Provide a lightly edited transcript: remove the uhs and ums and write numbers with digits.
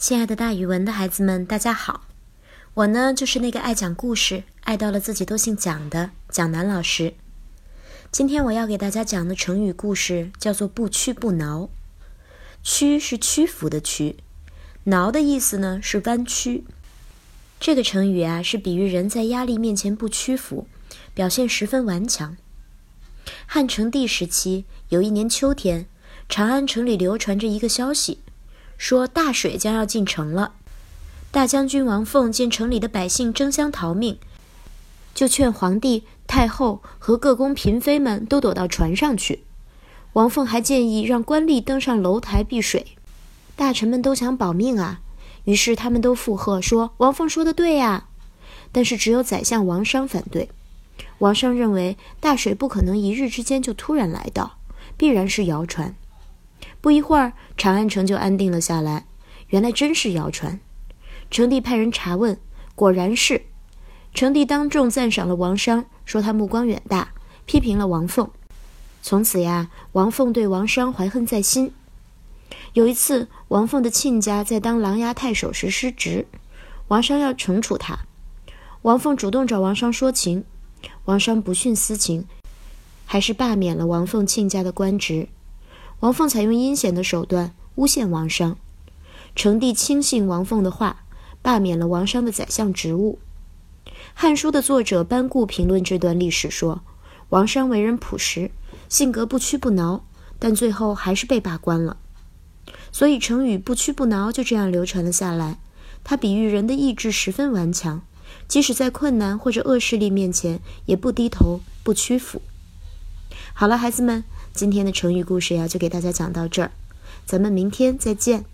亲爱的大语文的孩子们，大家好！我呢，就是那个爱讲故事、爱到了自己都姓蒋的蒋楠老师。今天我要给大家讲的成语故事叫做不屈不挠。屈是屈服的屈，挠的意思呢是弯曲。这个成语啊，是比喻人在压力面前不屈服，表现十分顽强。汉成帝时期，有一年秋天，长安城里流传着一个消息，说大水将要进城了。大将军王凤见城里的百姓争相逃命，就劝皇帝、太后和各宫嫔妃们都躲到船上去。王凤还建议让官吏登上楼台避水。大臣们都想保命啊，于是他们都附和说王凤说的对呀。但是只有宰相王商反对。王商认为大水不可能一日之间就突然来到，必然是谣传。不一会儿，长安城就安定了下来，原来真是谣传。成帝派人查问，果然是。成帝当众赞赏了王商，说他目光远大，批评了王凤。从此呀，王凤对王商怀恨在心。有一次，王凤的亲家在当琅琊太守时失职，王商要惩处他。王凤主动找王商说情，王商不徇私情，还是罢免了王凤亲家的官职。王凤采用阴险的手段诬陷王商，成帝轻信王凤的话，罢免了王商的宰相职务。《汉书》的作者班固评论这段历史说，王商为人朴实，性格不屈不挠，但最后还是被罢官了。所以成语不屈不挠就这样流传了下来。它比喻人的意志十分顽强，即使在困难或者恶势力面前也不低头不屈服。好了，孩子们，今天的成语故事呀，就给大家讲到这儿，咱们明天再见。